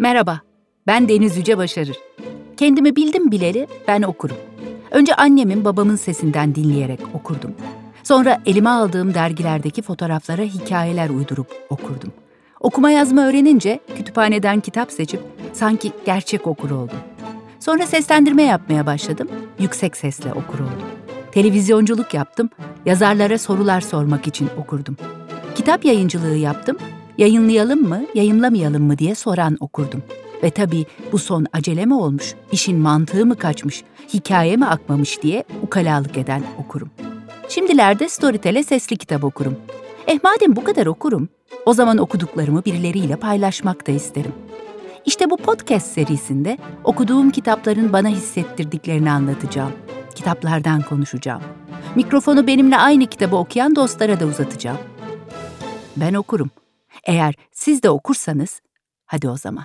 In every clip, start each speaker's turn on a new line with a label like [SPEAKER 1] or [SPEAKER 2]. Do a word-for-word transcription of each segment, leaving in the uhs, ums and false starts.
[SPEAKER 1] Merhaba, ben Deniz Yüce Başarır. Kendimi bildim bileli ben okurum. Önce annemin babamın sesinden dinleyerek okurdum. Sonra elime aldığım dergilerdeki fotoğraflara hikayeler uydurup okurdum. Okuma yazma öğrenince kütüphaneden kitap seçip sanki gerçek okur oldum. Sonra seslendirme yapmaya başladım, yüksek sesle okur oldum. Televizyonculuk yaptım, yazarlara sorular sormak için okurdum. Kitap yayıncılığı yaptım, yayınlayalım mı, yayınlamayalım mı diye soran okurdum. Ve tabii bu son acele mi olmuş, işin mantığı mı kaçmış, hikaye mi akmamış diye ukalalık eden okurum. Şimdilerde Storytel'e sesli kitap okurum. Eh madem bu kadar okurum, o zaman okuduklarımı birileriyle paylaşmak da isterim. İşte bu podcast serisinde okuduğum kitapların bana hissettirdiklerini anlatacağım. Kitaplardan konuşacağım. Mikrofonu benimle aynı kitabı okuyan dostlara da uzatacağım. Ben okurum. Eğer siz de okursanız, hadi o zaman.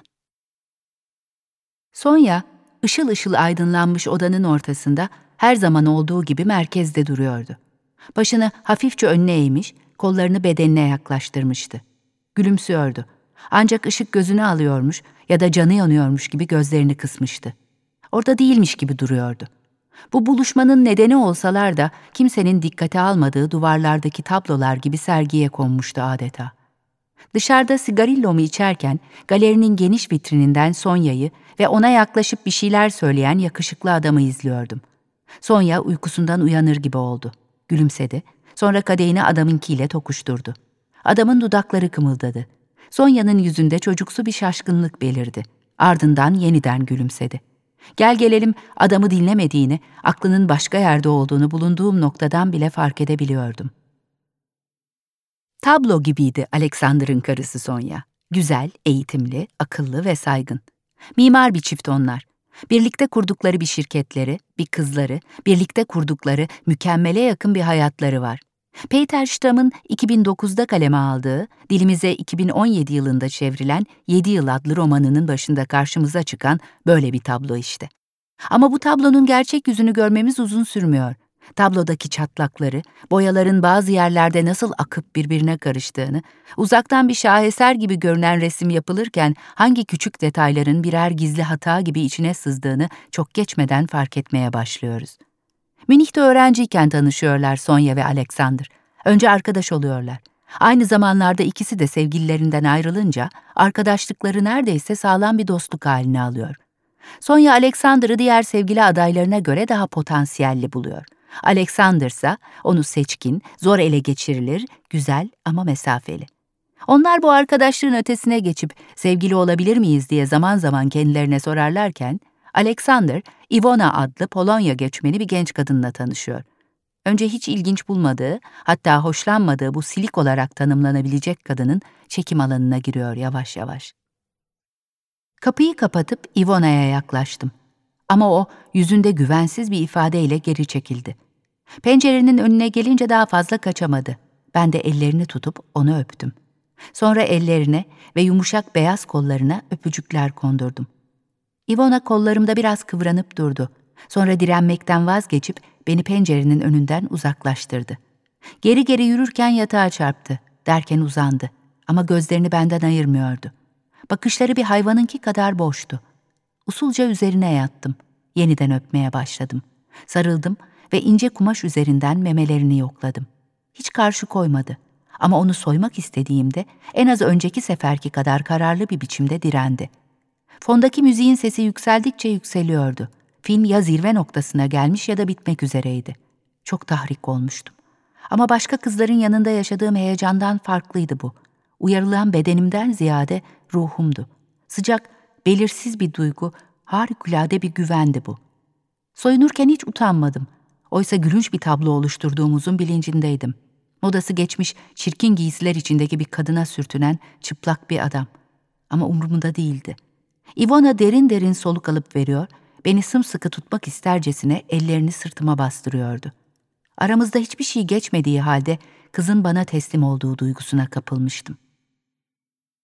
[SPEAKER 1] Sonya, ışıl ışıl aydınlanmış odanın ortasında her zaman olduğu gibi merkezde duruyordu. Başını hafifçe önüne eğmiş, kollarını bedenine yaklaştırmıştı. Gülümsüyordu. Ancak ışık gözünü alıyormuş ya da canı yanıyormuş gibi gözlerini kısmıştı. Orada değilmiş gibi duruyordu. Bu buluşmanın nedeni olsalar da kimsenin dikkate almadığı duvarlardaki tablolar gibi sergiye konmuştu adeta. Dışarıda sigarillomu içerken galerinin geniş vitrininden Sonya'yı ve ona yaklaşıp bir şeyler söyleyen yakışıklı adamı izliyordum. Sonya uykusundan uyanır gibi oldu. Gülümsedi, sonra kadehini adamınkiyle tokuşturdu. Adamın dudakları kımıldadı. Sonya'nın yüzünde çocuksu bir şaşkınlık belirdi. Ardından yeniden gülümsedi. Gel gelelim adamı dinlemediğini, aklının başka yerde olduğunu bulunduğum noktadan bile fark edebiliyordum. Tablo gibiydi Alexander'ın karısı Sonya. Güzel, eğitimli, akıllı ve saygın. Mimar bir çift onlar. Birlikte kurdukları bir şirketleri, bir kızları, birlikte kurdukları mükemmele yakın bir hayatları var. Peter Stramm'ın iki bin dokuzda kaleme aldığı, dilimize iki bin on yedi yılında çevrilen Yedi Yıl adlı romanının başında karşımıza çıkan böyle bir tablo işte. Ama bu tablonun gerçek yüzünü görmemiz uzun sürmüyor. Tablodaki çatlakları, boyaların bazı yerlerde nasıl akıp birbirine karıştığını, uzaktan bir şaheser gibi görünen resim yapılırken hangi küçük detayların birer gizli hata gibi içine sızdığını çok geçmeden fark etmeye başlıyoruz. Münih'te öğrenciyken tanışıyorlar Sonya ve Alexander. Önce arkadaş oluyorlar. Aynı zamanlarda ikisi de sevgililerinden ayrılınca arkadaşlıkları neredeyse sağlam bir dostluk haline alıyor. Sonya Alexander'ı diğer sevgili adaylarına göre daha potansiyelli buluyor. Alexander ise onu seçkin, zor ele geçirilir, güzel ama mesafeli. Onlar bu arkadaşlığın ötesine geçip sevgili olabilir miyiz diye zaman zaman kendilerine sorarlarken, Alexander, Ivona adlı Polonya göçmeni bir genç kadınla tanışıyor. Önce hiç ilginç bulmadığı, hatta hoşlanmadığı bu silik olarak tanımlanabilecek kadının çekim alanına giriyor yavaş yavaş. Kapıyı kapatıp Ivona'ya yaklaştım. Ama o yüzünde güvensiz bir ifadeyle geri çekildi. Pencerenin önüne gelince daha fazla kaçamadı. Ben de ellerini tutup onu öptüm. Sonra ellerine ve yumuşak beyaz kollarına öpücükler kondurdum. Ivona kollarımda biraz kıvranıp durdu. Sonra direnmekten vazgeçip beni pencerenin önünden uzaklaştırdı. Geri geri yürürken yatağa çarptı. Derken uzandı. Ama gözlerini benden ayırmıyordu. Bakışları bir hayvanınki kadar boştu. Usulca üzerine yattım. Yeniden öpmeye başladım. Sarıldım ve ince kumaş üzerinden memelerini yokladım. Hiç karşı koymadı. Ama onu soymak istediğimde en az önceki seferki kadar kararlı bir biçimde direndi. Fondaki müziğin sesi yükseldikçe yükseliyordu. Film ya zirve noktasına gelmiş ya da bitmek üzereydi. Çok tahrik olmuştum. Ama başka kızların yanında yaşadığım heyecandan farklıydı bu. Uyarılan bedenimden ziyade ruhumdu. Sıcak, belirsiz bir duygu, harikulade bir güvendi bu. Soyunurken hiç utanmadım. Oysa gülünç bir tablo oluşturduğumuzun bilincindeydim. Modası geçmiş, çirkin giysiler içindeki bir kadına sürtünen çıplak bir adam. Ama umurumda değildi. Ivona derin derin soluk alıp veriyor, beni sımsıkı tutmak istercesine ellerini sırtıma bastırıyordu. Aramızda hiçbir şey geçmediği halde kızın bana teslim olduğu duygusuna kapılmıştım.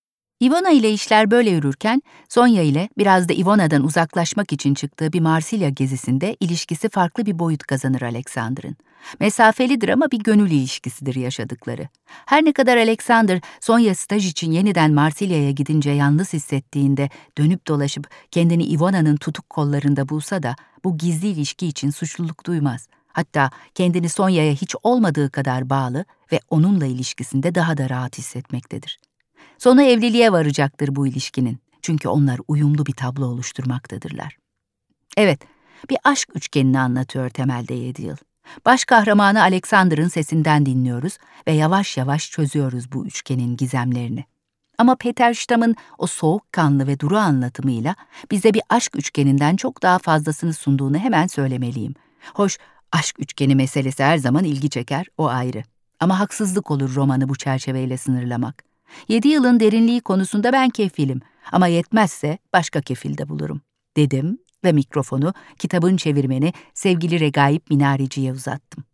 [SPEAKER 1] Ivona ile işler böyle yürürken Sonya ile biraz da Ivona'dan uzaklaşmak için çıktığı bir Marsilya gezisinde ilişkisi farklı bir boyut kazanır Alexander'ın. Mesafelidir ama bir gönül ilişkisidir yaşadıkları. Her ne kadar Alexander Sonya staj için yeniden Marsilya'ya gidince yalnız hissettiğinde dönüp dolaşıp kendini Ivona'nın tutuk kollarında bulsa da bu gizli ilişki için suçluluk duymaz. Hatta kendini Sonya'ya hiç olmadığı kadar bağlı ve onunla ilişkisinde daha da rahat hissetmektedir. Sonu evliliğe varacaktır bu ilişkinin. Çünkü onlar uyumlu bir tablo oluşturmaktadırlar. Evet, bir aşk üçgenini anlatıyor temelde yedi yıl. Baş kahramanı Alexander'ın sesinden dinliyoruz ve yavaş yavaş çözüyoruz bu üçgenin gizemlerini. Ama Peter Stamm'ın o soğukkanlı ve duru anlatımıyla bize bir aşk üçgeninden çok daha fazlasını sunduğunu hemen söylemeliyim. Hoş, aşk üçgeni meselesi her zaman ilgi çeker, o ayrı. Ama haksızlık olur romanı bu çerçeveyle sınırlamak. Yedi yılın derinliği konusunda ben kefilim ama yetmezse başka kefil de bulurum, dedim ve mikrofonu kitabın çevirmeni sevgili Regaip Minareci'ye uzattım.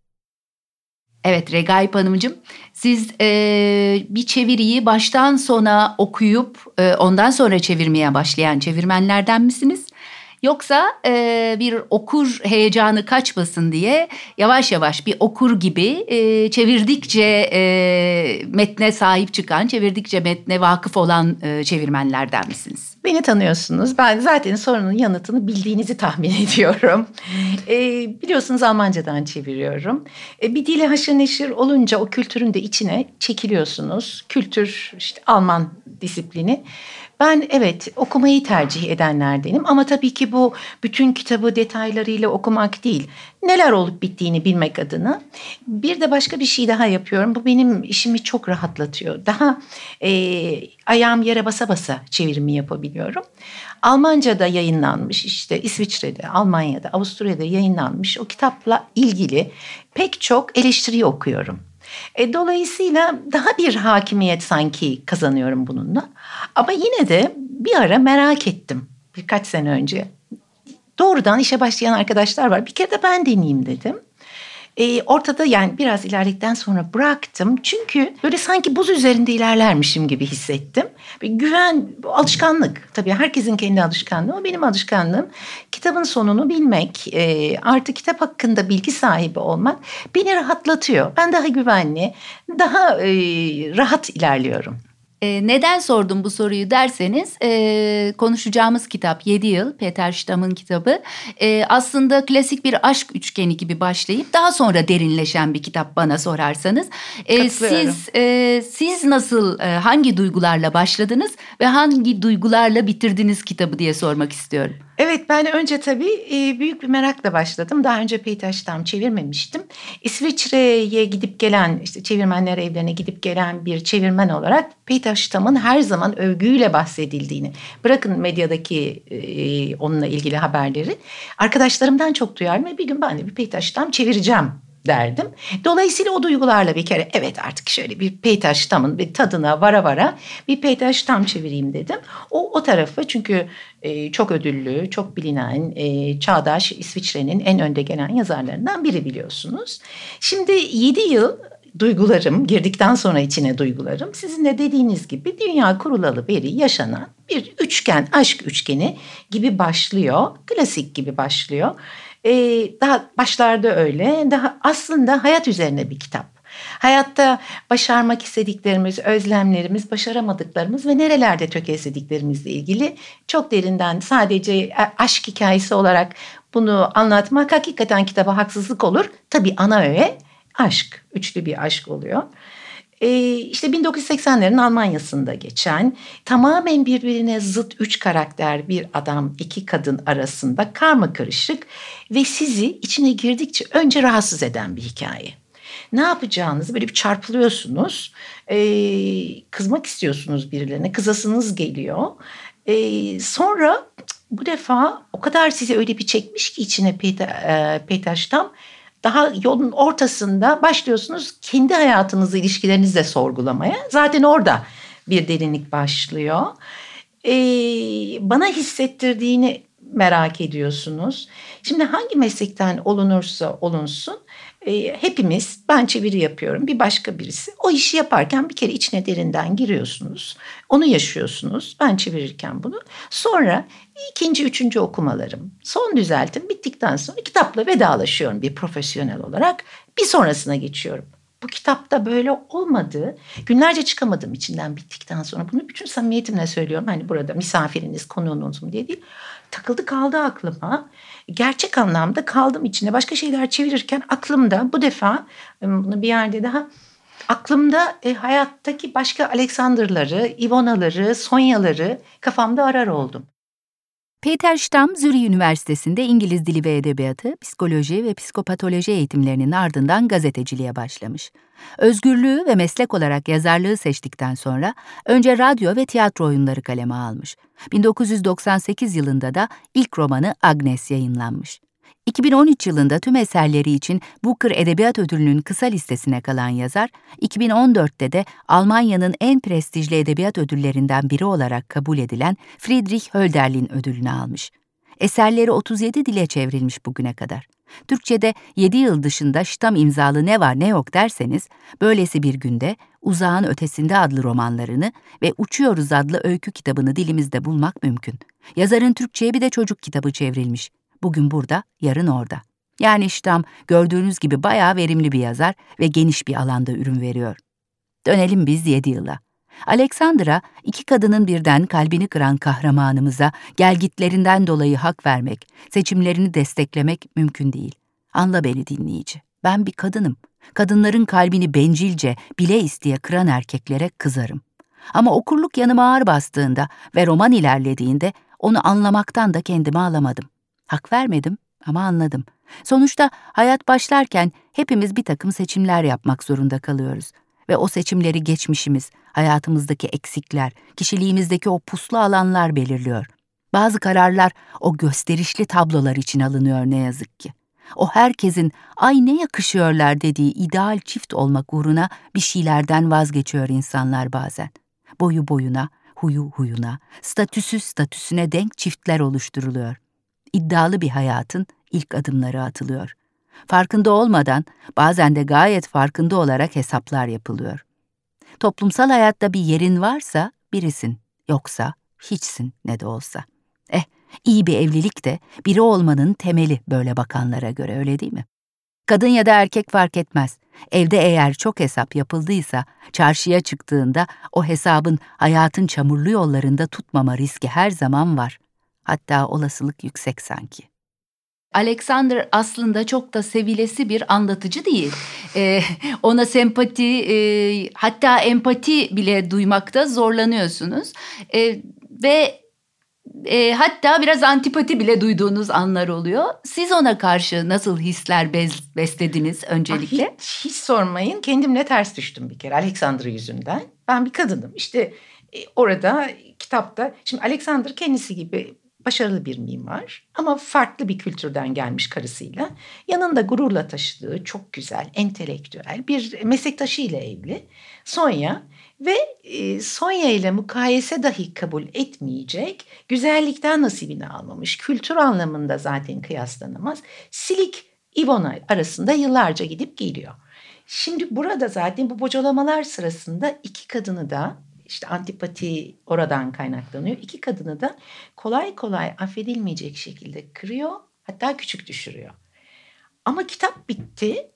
[SPEAKER 1] Evet Regaip Hanımcığım, siz e, bir çeviriyi baştan sona okuyup e, ondan sonra çevirmeye başlayan çevirmenlerden misiniz? Yoksa e, bir okur heyecanı kaçmasın diye yavaş yavaş bir okur gibi e, çevirdikçe e, metne sahip çıkan, çevirdikçe metne vakıf olan e, çevirmenlerden misiniz?
[SPEAKER 2] Beni tanıyorsunuz. Ben zaten sorunun yanıtını bildiğinizi tahmin ediyorum. E, biliyorsunuz Almancadan çeviriyorum. E, bir dile haşır neşir olunca o kültürün de içine çekiliyorsunuz. Kültür, işte Alman disiplini. Ben evet okumayı tercih edenlerdenim ama tabii ki bu bütün kitabı detaylarıyla okumak değil. Neler olup bittiğini bilmek adına. Bir de başka bir şey daha yapıyorum. Bu benim işimi çok rahatlatıyor. Daha e, ayağım yere basa basa çevirimi yapabiliyorum. Almanca'da yayınlanmış, işte İsviçre'de, Almanya'da, Avusturya'da yayınlanmış o kitapla ilgili pek çok eleştiri okuyorum. E, dolayısıyla daha bir hakimiyet sanki kazanıyorum bununla. Ama yine de bir ara merak ettim birkaç sene önce. Doğrudan işe başlayan arkadaşlar var. Bir kere de ben deneyeyim dedim. E, ortada yani biraz ilerledikten sonra bıraktım. Çünkü böyle sanki buz üzerinde ilerlermişim gibi hissettim. Bir güven, alışkanlık. Tabii herkesin kendi alışkanlığı. O benim alışkanlığım. Kitabın sonunu bilmek, e, artık kitap hakkında bilgi sahibi olmak beni rahatlatıyor. Ben daha güvenli, daha e, rahat ilerliyorum.
[SPEAKER 1] E, neden sordum bu soruyu derseniz e, konuşacağımız kitap yedi yıl Peter Stamm'ın kitabı e, aslında klasik bir aşk üçgeni gibi başlayıp daha sonra derinleşen bir kitap bana sorarsanız. E, siz e, siz nasıl e, hangi duygularla başladınız ve hangi duygularla bitirdiniz kitabı diye sormak istiyorum.
[SPEAKER 2] Evet ben önce tabii büyük bir merakla başladım. Daha önce Peter Stamm çevirmemiştim. İsviçre'ye gidip gelen, işte çevirmenler evlerine gidip gelen bir çevirmen olarak Peter Stamm'ın her zaman övgüyle bahsedildiğini, bırakın medyadaki e, onunla ilgili haberleri, arkadaşlarımdan çok duyarım ve bir gün ben de bir Peter Stamm çevireceğim derdim. Dolayısıyla o duygularla bir kere evet artık şöyle bir Peter Stamm'ın bir tadına vara vara bir Peter Stamm çevireyim dedim. O o tarafı çünkü e, çok ödüllü, çok bilinen, e, çağdaş İsviçre'nin en önde gelen yazarlarından biri biliyorsunuz. Şimdi yedi yıl duygularım, girdikten sonra içine duygularım, sizin de dediğiniz gibi dünya kurulalı beri yaşanan bir üçgen, aşk üçgeni gibi başlıyor. Klasik gibi başlıyor. Ee, daha başlarda öyle, daha aslında hayat üzerine bir kitap. Hayatta başarmak istediklerimiz, özlemlerimiz, başaramadıklarımız ve nerelerde tökezlediklerimizle ilgili çok derinden sadece aşk hikayesi olarak bunu anlatmak hakikaten kitaba haksızlık olur. Tabii ana öğe aşk, üçlü bir aşk oluyor. Ee, işte bin dokuz yüz seksenlerin Almanya'sında geçen tamamen birbirine zıt üç karakter bir adam iki kadın arasında karmakarışık ve sizi içine girdikçe önce rahatsız eden bir hikaye. Ne yapacağınızı böyle bir çarpılıyorsunuz, ee, kızmak istiyorsunuz birilerine, kızasınız geliyor. Ee, sonra bu defa o kadar sizi öyle bir çekmiş ki içine Peter, e, Peter Stamm, daha yolun ortasında başlıyorsunuz kendi hayatınızı, ilişkilerinizi de sorgulamaya. Zaten orada bir derinlik başlıyor. Ee, bana hissettirdiğini merak ediyorsunuz. Şimdi hangi meslekten olunursa olunsun E, hepimiz, ben çeviri yapıyorum, bir başka birisi. O işi yaparken bir kere içine derinden giriyorsunuz. Onu yaşıyorsunuz. Ben çevirirken bunu. Sonra ikinci, üçüncü okumalarım, son düzeltim bittikten sonra kitapla vedalaşıyorum bir profesyonel olarak. Bir sonrasına geçiyorum. Bu kitapta böyle olmadı. Günlerce çıkamadım içinden bittikten sonra. Bunu bütün samimiyetimle söylüyorum. Hani burada misafiriniz, konuğunuzum diye değil. Takıldı kaldı aklıma. Gerçek anlamda kaldım içinde. Başka şeyler çevirirken aklımda bu defa bunu bir yerde daha aklımda e, hayattaki başka Alexander'ları, Ivona'ları, Sonya'ları kafamda arar oldum.
[SPEAKER 1] Peter Stamm, Zürih Üniversitesi'nde İngiliz Dili ve Edebiyatı, psikoloji ve psikopatoloji eğitimlerinin ardından gazeteciliğe başlamış. Özgürlüğü ve meslek olarak yazarlığı seçtikten sonra önce radyo ve tiyatro oyunları kaleme almış. bin dokuz yüz doksan sekiz yılında da ilk romanı Agnes yayınlanmış. iki bin on üç yılında tüm eserleri için Booker Edebiyat Ödülü'nün kısa listesine kalan yazar, iki bin on dörtte de Almanya'nın en prestijli edebiyat ödüllerinden biri olarak kabul edilen Friedrich Hölderlin ödülünü almış. Eserleri otuz yedi dile çevrilmiş bugüne kadar. Türkçe'de yedi yıl dışında Stamm imzalı ne var ne yok derseniz, Böylesi Bir Günde, Uzağın Ötesinde adlı romanlarını ve Uçuyoruz adlı öykü kitabını dilimizde bulmak mümkün. Yazarın Türkçe'ye bir de çocuk kitabı çevrilmiş. Bugün burada, yarın orada. Yani Stamm gördüğünüz gibi bayağı verimli bir yazar ve geniş bir alanda ürün veriyor. Dönelim biz yedi yıla. Alexander'a, iki kadının birden kalbini kıran kahramanımıza gelgitlerinden dolayı hak vermek, seçimlerini desteklemek mümkün değil. Anla beni dinleyici. Ben bir kadınım. Kadınların kalbini bencilce, bile isteye kıran erkeklere kızarım. Ama okurluk yanıma ağır bastığında ve roman ilerlediğinde onu anlamaktan da kendimi alamadım. Hak vermedim ama anladım. Sonuçta hayat başlarken hepimiz bir takım seçimler yapmak zorunda kalıyoruz. Ve o seçimleri geçmişimiz, hayatımızdaki eksikler, kişiliğimizdeki o puslu alanlar belirliyor. Bazı kararlar o gösterişli tablolar için alınıyor ne yazık ki. O herkesin ay ne yakışıyorlar dediği ideal çift olmak uğruna bir şeylerden vazgeçiyor insanlar bazen. Boyu boyuna, huyu huyuna, statüsü statüsüne denk çiftler oluşturuluyor. İddialı bir hayatın ilk adımları atılıyor. Farkında olmadan, bazen de gayet farkında olarak hesaplar yapılıyor. Toplumsal hayatta bir yerin varsa birisin, yoksa hiçsin ne de olsa. Eh, iyi bir evlilik de biri olmanın temeli böyle bakanlara göre, öyle değil mi? Kadın ya da erkek fark etmez. Evde eğer çok hesap yapıldıysa, çarşıya çıktığında o hesabın hayatın çamurlu yollarında tutmama riski her zaman var. Hatta olasılık yüksek sanki.
[SPEAKER 3] Alexander aslında çok da sevilesi bir anlatıcı değil. Ee, ona sempati, e, hatta empati bile duymakta zorlanıyorsunuz. E, ve e, hatta biraz antipati bile duyduğunuz anlar oluyor. Siz ona karşı nasıl hisler bez, beslediniz öncelikle?
[SPEAKER 2] Ah, hiç, hiç sormayın. Kendimle ters düştüm bir kere Alexander yüzünden. Ben bir kadınım. İşte e, orada kitapta, şimdi Alexander kendisi gibi başarılı bir mimar ama farklı bir kültürden gelmiş karısıyla. Yanında gururla taşıdığı çok güzel, entelektüel bir meslektaşıyla evli Sonya ve e, Sonya ile mukayese dahi kabul etmeyecek, güzellikten nasibini almamış, kültür anlamında zaten kıyaslanamaz, silik Ivona arasında yıllarca gidip geliyor. Şimdi burada zaten bu bocalamalar sırasında iki kadını da, İşte antipati oradan kaynaklanıyor. İki kadını da kolay kolay affedilmeyecek şekilde kırıyor, hatta küçük düşürüyor. Ama kitap bitti.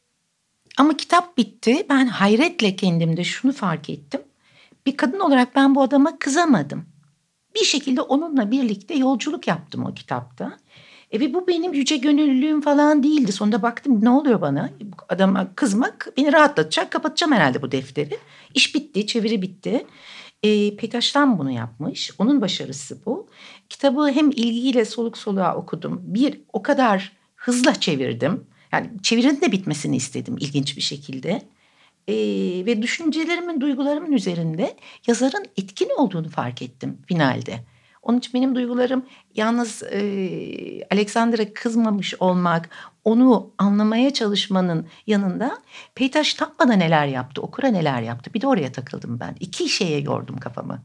[SPEAKER 2] Ama kitap bitti. Ben hayretle kendimde şunu fark ettim. Bir kadın olarak ben bu adama kızamadım. Bir şekilde onunla birlikte yolculuk yaptım o kitapta. E ve bu benim yüce gönüllülüğüm falan değildi. Sonunda baktım ne oluyor bana? Adama kızmak beni rahatlatacak. Kapatacağım herhalde bu defteri. İş bitti, çeviri bitti. E, Peter Stamm bunu yapmış. Onun başarısı bu. Kitabı hem ilgiyle soluk soluğa okudum. Bir, o kadar hızla çevirdim. Yani çevirinin de bitmesini istedim ilginç bir şekilde. E, ve düşüncelerimin, duygularımın üzerinde yazarın etkin olduğunu fark ettim finalde. Onun için benim duygularım yalnız e, Alexander'a kızmamış olmak, onu anlamaya çalışmanın yanında Peter Stamm bana neler yaptı, okura neler yaptı. Bir de oraya takıldım ben. İki şeye yordum kafamı.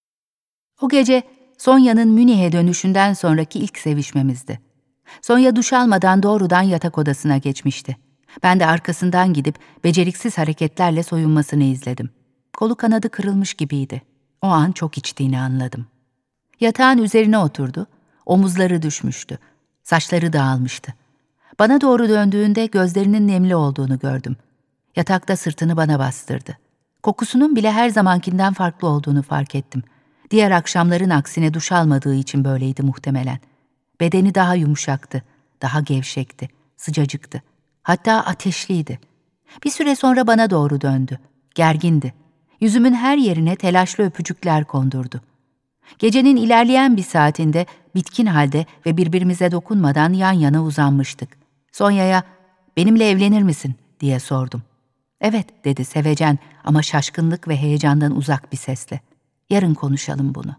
[SPEAKER 1] O gece Sonya'nın Münih'e dönüşünden sonraki ilk sevişmemizdi. Sonya duş almadan doğrudan yatak odasına geçmişti. Ben de arkasından gidip beceriksiz hareketlerle soyunmasını izledim. Kolu kanadı kırılmış gibiydi. O an çok içtiğini anladım. Yatağın üzerine oturdu, omuzları düşmüştü, saçları dağılmıştı. Bana doğru döndüğünde gözlerinin nemli olduğunu gördüm. Yatakta sırtını bana bastırdı. Kokusunun bile her zamankinden farklı olduğunu fark ettim. Diğer akşamların aksine duş almadığı için böyleydi muhtemelen. Bedeni daha yumuşaktı, daha gevşekti, sıcacıktı. Hatta ateşliydi. Bir süre sonra bana doğru döndü. Gergindi. Yüzümün her yerine telaşlı öpücükler kondurdu. Gecenin ilerleyen bir saatinde bitkin halde ve birbirimize dokunmadan yan yana uzanmıştık. Sonya'ya "Benimle evlenir misin?" diye sordum. "Evet," dedi sevecen ama şaşkınlık ve heyecandan uzak bir sesle. "Yarın konuşalım bunu."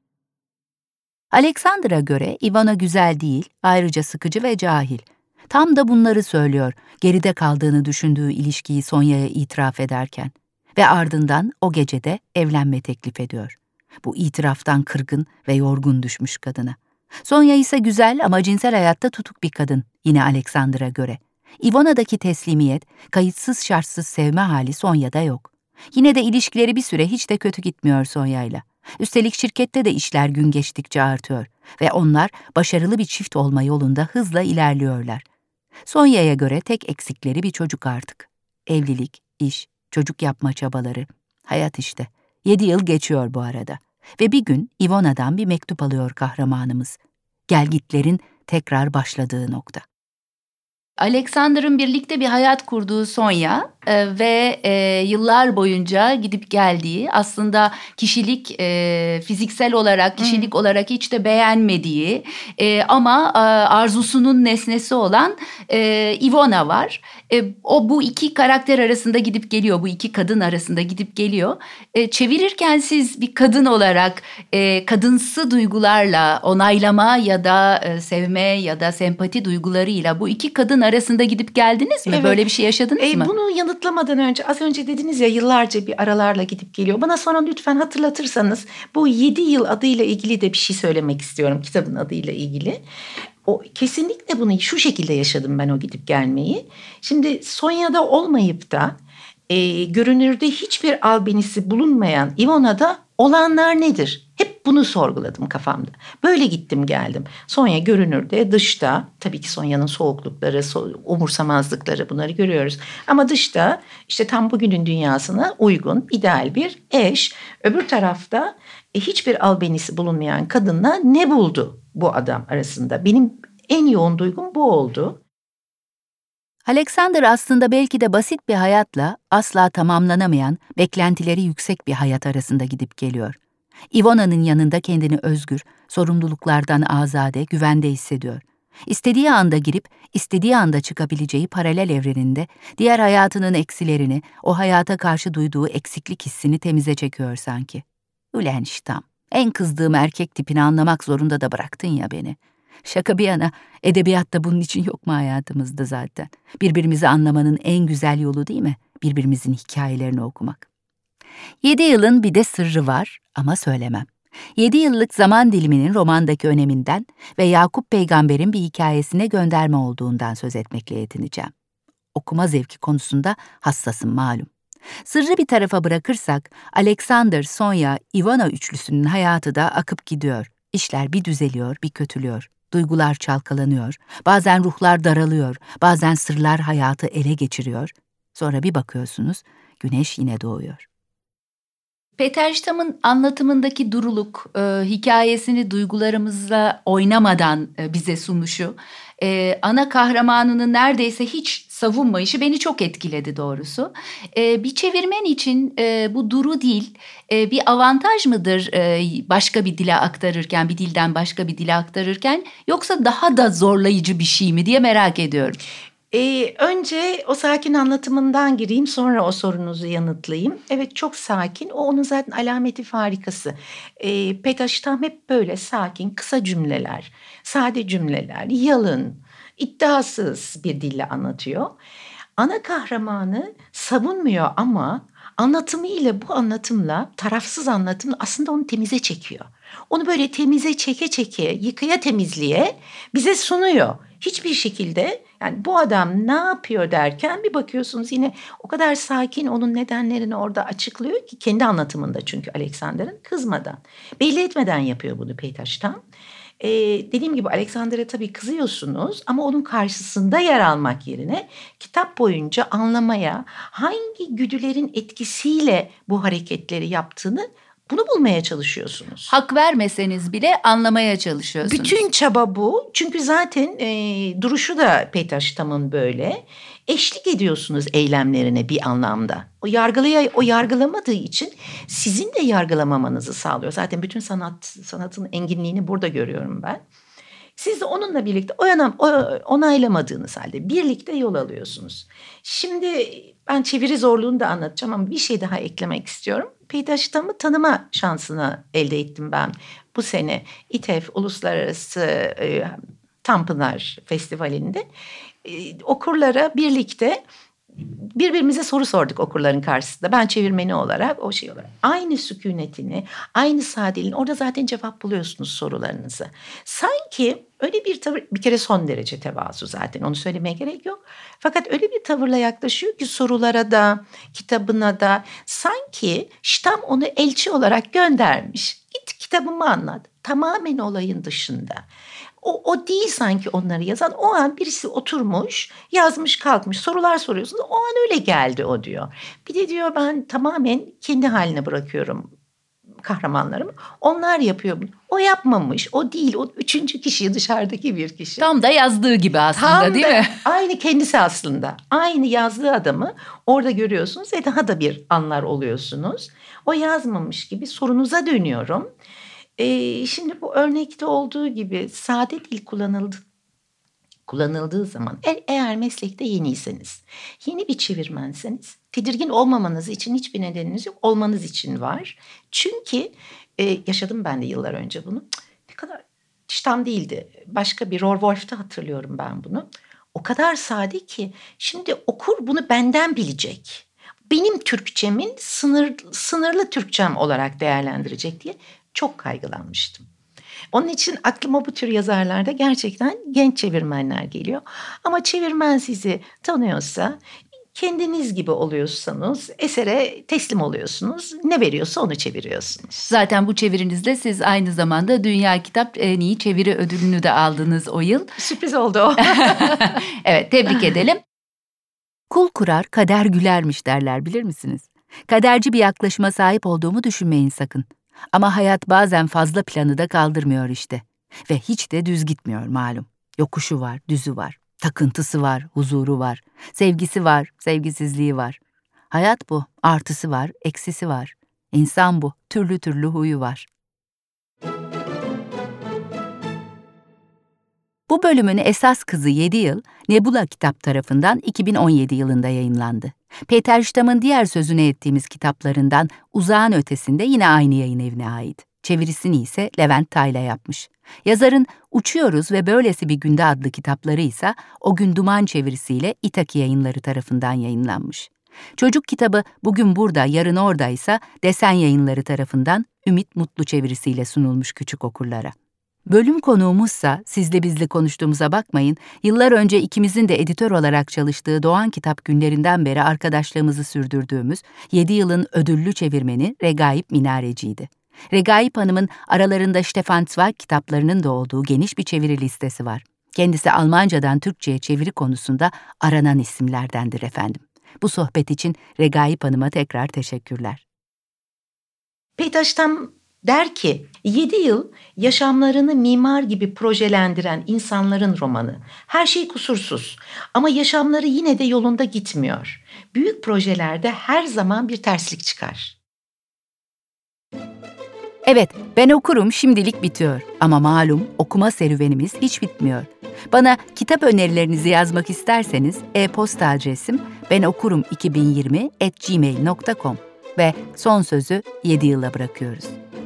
[SPEAKER 1] Alexander'a göre Ivana güzel değil, ayrıca sıkıcı ve cahil. Tam da bunları söylüyor, geride kaldığını düşündüğü ilişkiyi Sonya'ya itiraf ederken. Ve ardından o gecede evlenme teklif ediyor. Bu itiraftan kırgın ve yorgun düşmüş kadına. Sonya ise güzel ama cinsel hayatta tutuk bir kadın, yine Alexander'a göre. Ivana'daki teslimiyet, kayıtsız şartsız sevme hali Sonya'da yok. Yine de ilişkileri bir süre hiç de kötü gitmiyor Sonya'yla. Üstelik şirkette de işler gün geçtikçe artıyor ve onlar başarılı bir çift olma yolunda hızla ilerliyorlar. Sonya'ya göre tek eksikleri bir çocuk artık. Evlilik, iş, çocuk yapma çabaları, hayat işte. Yedi yıl geçiyor bu arada. Ve bir gün Ivana'dan bir mektup alıyor kahramanımız. Gelgitlerin tekrar başladığı nokta.
[SPEAKER 3] Alexander'ın birlikte bir hayat kurduğu Sonya e, ve e, yıllar boyunca gidip geldiği, aslında kişilik e, fiziksel olarak, kişilik hmm. olarak hiç de beğenmediği e, ama e, arzusunun nesnesi olan e, Ivana var. E, o bu iki karakter arasında gidip geliyor, bu iki kadın arasında gidip geliyor. E, çevirirken siz bir kadın olarak e, kadınsı duygularla, onaylama ya da e, sevme ya da sempati duygularıyla bu iki kadın arasında gidip geldiniz mi? Evet. Böyle bir şey yaşadınız
[SPEAKER 2] e,
[SPEAKER 3] mı?
[SPEAKER 2] Bunu yanıtlamadan önce, az önce dediniz ya, yıllarca bir aralarla gidip geliyor. Bana sonra lütfen hatırlatırsanız bu yedi yıl adıyla ilgili de bir şey söylemek istiyorum, kitabın adıyla ilgili. O kesinlikle bunu şu şekilde yaşadım ben, o gidip gelmeyi. Şimdi Sonya'da olmayıp da e, görünürde hiçbir albenisi bulunmayan Ivana'da olanlar nedir? Hep bunu sorguladım kafamda. Böyle gittim geldim. Sonya görünürde, dışta, tabii ki Sonya'nın soğuklukları, so- umursamazlıkları, bunları görüyoruz. Ama dışta işte tam bugünün dünyasına uygun, ideal bir eş. Öbür tarafta e, hiçbir albenisi bulunmayan kadınla ne buldu bu adam arasında? Benim en yoğun duygum bu oldu.
[SPEAKER 1] Alexander aslında belki de basit bir hayatla asla tamamlanamayan, beklentileri yüksek bir hayat arasında gidip geliyor. Ivana'nın yanında kendini özgür, sorumluluklardan azade, güvende hissediyor. İstediği anda girip, istediği anda çıkabileceği paralel evreninde diğer hayatının eksilerini, o hayata karşı duyduğu eksiklik hissini temize çekiyor sanki. Ulen ştam, en kızdığım erkek tipini anlamak zorunda da bıraktın ya beni. Şaka bir yana, edebiyatta bunun için yok mu hayatımızda zaten? Birbirimizi anlamanın en güzel yolu değil mi? Birbirimizin hikayelerini okumak. Yedi yılın bir de sırrı var ama söylemem. Yedi yıllık zaman diliminin romandaki öneminden ve Yakup Peygamber'in bir hikayesine gönderme olduğundan söz etmekle yetineceğim. Okuma zevki konusunda hassasım malum. Sırrı bir tarafa bırakırsak, Alexander, Sonya, Ivana üçlüsünün hayatı da akıp gidiyor. İşler bir düzeliyor, bir kötülüyor. Duygular çalkalanıyor, bazen ruhlar daralıyor, bazen sırlar hayatı ele geçiriyor. Sonra bir bakıyorsunuz, güneş yine doğuyor.
[SPEAKER 3] Peter Stam'ın anlatımındaki duruluk, e, hikayesini duygularımızla oynamadan e, bize sunuşu, e, ana kahramanını neredeyse hiç savunmayışı beni çok etkiledi doğrusu. E, bir çevirmen için e, bu duru dil e, bir avantaj mıdır e, başka bir dile aktarırken, bir dilden başka bir dile aktarırken, yoksa daha da zorlayıcı bir şey mi diye merak ediyorum.
[SPEAKER 2] Ee, önce o sakin anlatımından gireyim, sonra o sorunuzu yanıtlayayım. Evet, çok sakin. O onun zaten alameti farikası. Ee, Peter Stam hep böyle sakin, kısa cümleler, sade cümleler, yalın, iddiasız bir dille anlatıyor. Ana kahramanı savunmuyor ama anlatımı ile bu anlatımla, tarafsız anlatımla aslında onu temize çekiyor. Onu böyle temize çeke çeke, yıkaya temizliğe bize sunuyor. Hiçbir şekilde yani bu adam ne yapıyor derken bir bakıyorsunuz yine o kadar sakin onun nedenlerini orada açıklıyor ki kendi anlatımında çünkü Alexander'ın kızmadan, belli etmeden yapıyor bunu Peytaş'tan. Ee, dediğim gibi Alexander'a tabii kızıyorsunuz ama onun karşısında yer almak yerine kitap boyunca anlamaya, hangi güdülerin etkisiyle bu hareketleri yaptığını bunu bulmaya çalışıyorsunuz.
[SPEAKER 3] Hak vermeseniz bile anlamaya çalışıyorsunuz.
[SPEAKER 2] Bütün çaba bu. Çünkü zaten e, duruşu da Peytaş'tamın böyle. Eşlik ediyorsunuz eylemlerine bir anlamda. O yargılaya, o yargılamadığı için sizin de yargılamamanızı sağlıyor. Zaten bütün sanat sanatın enginliğini burada görüyorum ben. Siz de onunla birlikte onaylamadığınız halde birlikte yol alıyorsunuz. Şimdi ben çeviri zorluğunu da anlatacağım ama bir şey daha eklemek istiyorum. Peytaş'tamı tanıma şansını elde ettim ben bu sene İTEF Uluslararası e, Tanpınar Festivali'nde. E, okurlara birlikte birbirimize soru sorduk okurların karşısında. Ben çevirmeni olarak, o şey olarak. Aynı sükunetini, aynı sadeliğini orada zaten cevap buluyorsunuz sorularınızı. Sanki öyle bir tavır, bir kere son derece tevazu zaten onu söylemeye gerek yok. Fakat öyle bir tavırla yaklaşıyor ki sorulara da, kitabına da sanki Stamm onu elçi olarak göndermiş. Git kitabımı anlat. Tamamen olayın dışında. O, o değil sanki onları yazan. O an birisi oturmuş, yazmış kalkmış, sorular soruyorsunuz. O an öyle geldi o diyor. Bir de diyor ben tamamen kendi haline bırakıyorum kahramanlarımı. Onlar yapıyor bunu. O yapmamış, o değil. O üçüncü kişi, dışarıdaki bir kişi.
[SPEAKER 3] Tam da yazdığı gibi aslında
[SPEAKER 2] Tam
[SPEAKER 3] değil
[SPEAKER 2] da,
[SPEAKER 3] mi?
[SPEAKER 2] Aynı kendisi aslında. Aynı yazdığı adamı orada görüyorsunuz ve daha da bir anlar oluyorsunuz. O yazmamış gibi sorunuza dönüyorum. Ee, şimdi bu örnekte olduğu gibi sade dil kullanıldı, kullanıldığı zaman e- eğer meslekte yeniyseniz, yeni bir çevirmenseniz tedirgin olmamanız için hiçbir nedeniniz yok, olmanız için var. Çünkü e, yaşadım ben de yıllar önce bunu. Ne kadar Stamm değildi, başka bir Rohrwolf'ta hatırlıyorum ben bunu. O kadar sade ki şimdi okur bunu benden bilecek. Benim Türkçemin sınır, sınırlı Türkçem olarak değerlendirecek diye çok kaygılanmıştım. Onun için aklıma bu tür yazarlarda gerçekten genç çevirmenler geliyor. Ama çevirmen sizi tanıyorsa, kendiniz gibi oluyorsanız esere teslim oluyorsunuz. Ne veriyorsa onu çeviriyorsunuz.
[SPEAKER 3] Zaten bu çevirinizde siz aynı zamanda Dünya Kitap En İyi Çeviri Ödülünü de aldınız o yıl.
[SPEAKER 2] Sürpriz oldu o.
[SPEAKER 3] Evet, tebrik edelim.
[SPEAKER 1] Kul kurar, kader gülermiş derler bilir misiniz? Kaderci bir yaklaşıma sahip olduğumu düşünmeyin sakın. Ama hayat bazen fazla planı da kaldırmıyor işte. Ve hiç de düz gitmiyor malum. Yokuşu var, düzü var. Takıntısı var, huzuru var. Sevgisi var, sevgisizliği var. Hayat bu, artısı var, eksisi var. İnsan bu, türlü türlü huyu var. Bu bölümün esas kızı yedi yıl, Nebula Kitap tarafından iki bin on yedi yılında yayımlandı. Peter Stamm'ın diğer sözüne ettiğimiz kitaplarından Uzağın Ötesinde yine aynı yayın evine ait. Çevirisini ise Levent Tayla yapmış. Yazarın Uçuyoruz ve Böylesi Bir Günde adlı kitapları ise O Gün Duman çevirisiyle İtaki Yayınları tarafından yayınlanmış. Çocuk kitabı Bugün Burada, Yarın Orada ise Desen Yayınları tarafından Ümit Mutlu çevirisiyle sunulmuş küçük okurlara. Bölüm konuğumuzsa, sizle bizle konuştuğumuza bakmayın, yıllar önce ikimizin de editör olarak çalıştığı Doğan Kitap günlerinden beri arkadaşlığımızı sürdürdüğümüz yedi yılın ödüllü çevirmeni Regaip Minareci'ydi. Regaip Hanım'ın aralarında Stefan Zweig kitaplarının da olduğu geniş bir çeviri listesi var. Kendisi Almancadan Türkçe'ye çeviri konusunda aranan isimlerdendir efendim. Bu sohbet için Regaip Hanım'a tekrar teşekkürler.
[SPEAKER 2] Peter Stamm der ki, yedi yıl yaşamlarını mimar gibi projelendiren insanların romanı. Her şey kusursuz ama yaşamları yine de yolunda gitmiyor. Büyük projelerde her zaman bir terslik çıkar.
[SPEAKER 1] Evet, ben okurum şimdilik bitiyor ama malum okuma serüvenimiz hiç bitmiyor. Bana kitap önerilerinizi yazmak isterseniz e-posta adresim benokurum iki bin yirmi at gmail nokta com ve son sözü yedi yıla bırakıyoruz.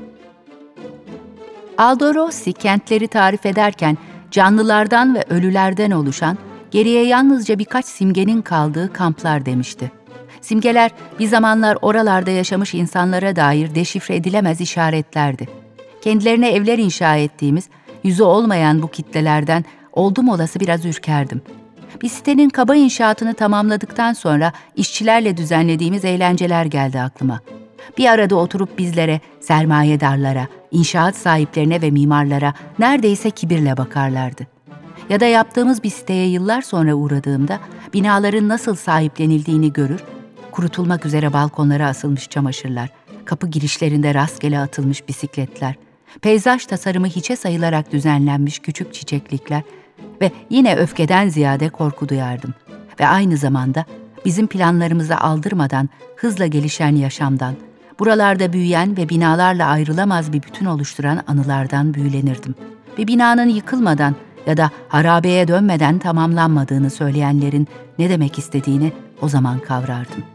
[SPEAKER 1] Aldo Rossi kentleri tarif ederken canlılardan ve ölülerden oluşan, geriye yalnızca birkaç simgenin kaldığı kamplar demişti. Simgeler bir zamanlar oralarda yaşamış insanlara dair deşifre edilemez işaretlerdi. Kendilerine evler inşa ettiğimiz, yüzü olmayan bu kitlelerden oldum olası biraz ürkerdim. Bir sitenin kaba inşaatını tamamladıktan sonra işçilerle düzenlediğimiz eğlenceler geldi aklıma. Bir arada oturup bizlere, sermayedarlara, inşaat sahiplerine ve mimarlara neredeyse kibirle bakarlardı. Ya da yaptığımız bir siteye yıllar sonra uğradığımda binaların nasıl sahiplenildiğini görür, kurutulmak üzere balkonlara asılmış çamaşırlar, kapı girişlerinde rastgele atılmış bisikletler, peyzaj tasarımı hiçe sayılarak düzenlenmiş küçük çiçeklikler ve yine öfkeden ziyade korku duyardım. Ve aynı zamanda bizim planlarımıza aldırmadan hızla gelişen yaşamdan, buralarda büyüyen ve binalarla ayrılamaz bir bütün oluşturan anılardan büyülenirdim. Bir binanın yıkılmadan ya da harabeye dönmeden tamamlanmadığını söyleyenlerin ne demek istediğini o zaman kavrardım.